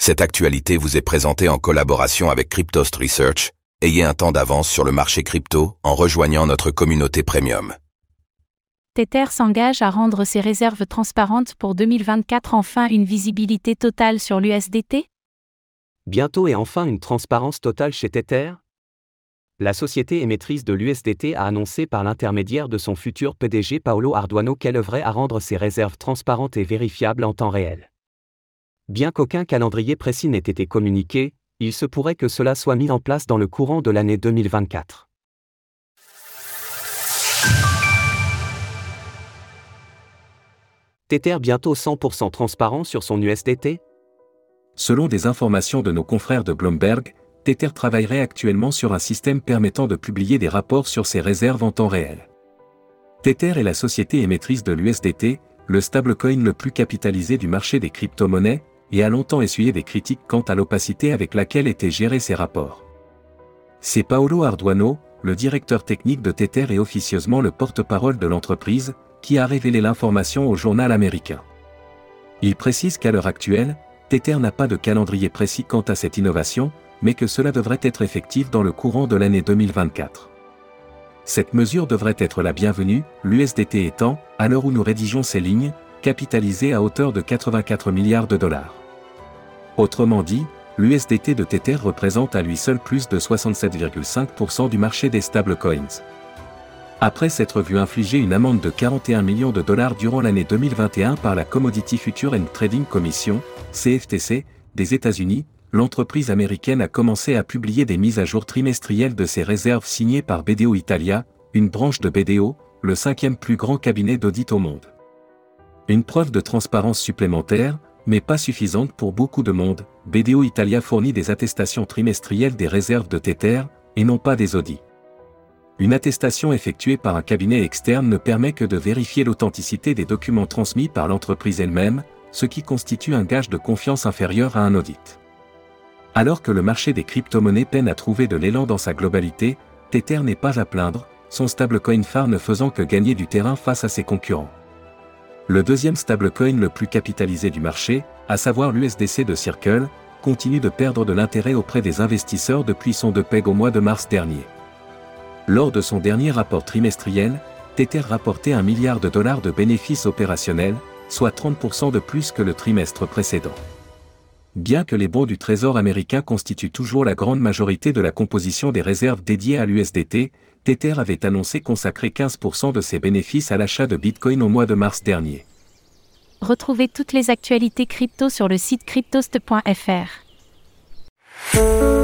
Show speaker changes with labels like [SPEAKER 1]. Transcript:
[SPEAKER 1] Cette actualité vous est présentée en collaboration avec Cryptost Research. Ayez un temps d'avance sur le marché crypto en rejoignant notre communauté premium.
[SPEAKER 2] Tether s'engage à rendre ses réserves transparentes pour 2024. Enfin une visibilité totale sur l'USDT?
[SPEAKER 3] Bientôt et enfin une transparence totale chez Tether? La société émettrice de l'USDT a annoncé par l'intermédiaire de son futur PDG Paulo Arduano qu'elle œuvrait à rendre ses réserves transparentes et vérifiables en temps réel. Bien qu'aucun calendrier précis n'ait été communiqué, il se pourrait que cela soit mis en place dans le courant de l'année 2024. Tether bientôt 100% transparent sur son USDT?
[SPEAKER 4] Selon des informations de nos confrères de Bloomberg, Tether travaillerait actuellement sur un système permettant de publier des rapports sur ses réserves en temps réel. Tether est la société émettrice de l'USDT, le stablecoin le plus capitalisé du marché des crypto-monnaies, et a longtemps essuyé des critiques quant à l'opacité avec laquelle étaient gérés ces rapports. C'est Paulo Arduano, le directeur technique de Tether et officieusement le porte-parole de l'entreprise, qui a révélé l'information au journal américain. Il précise qu'à l'heure actuelle, Tether n'a pas de calendrier précis quant à cette innovation, mais que cela devrait être effectif dans le courant de l'année 2024. Cette mesure devrait être la bienvenue, l'USDT étant, à l'heure où nous rédigeons ces lignes, capitalisé à hauteur de 84 milliards de dollars. Autrement dit, l'USDT de Tether représente à lui seul plus de 67,5% du marché des stablecoins. Après s'être vu infliger une amende de 41 millions de dollars durant l'année 2021 par la Commodity Futures and Trading Commission, CFTC, des États-Unis, l'entreprise américaine a commencé à publier des mises à jour trimestrielles de ses réserves signées par BDO Italia, une branche de BDO, le 5e plus grand cabinet d'audit au monde. Une preuve de transparence supplémentaire, mais pas suffisante pour beaucoup de monde, BDO Italia fournit des attestations trimestrielles des réserves de Tether, et non pas des audits. Une attestation effectuée par un cabinet externe ne permet que de vérifier l'authenticité des documents transmis par l'entreprise elle-même, ce qui constitue un gage de confiance inférieur à un audit. Alors que le marché des crypto-monnaies peine à trouver de l'élan dans sa globalité, Tether n'est pas à plaindre, son stablecoin phare ne faisant que gagner du terrain face à ses concurrents. Le deuxième stablecoin le plus capitalisé du marché, à savoir l'USDC de Circle, continue de perdre de l'intérêt auprès des investisseurs depuis son depeg au mois de mars dernier. Lors de son dernier rapport trimestriel, Tether rapportait 1 milliard de dollars de bénéfices opérationnels, soit 30% de plus que le trimestre précédent. Bien que les bons du Trésor américain constituent toujours la grande majorité de la composition des réserves dédiées à l'USDT, Tether avait annoncé consacrer 15% de ses bénéfices à l'achat de Bitcoin au mois de mars dernier.
[SPEAKER 2] Retrouvez toutes les actualités crypto sur le site cryptost.fr.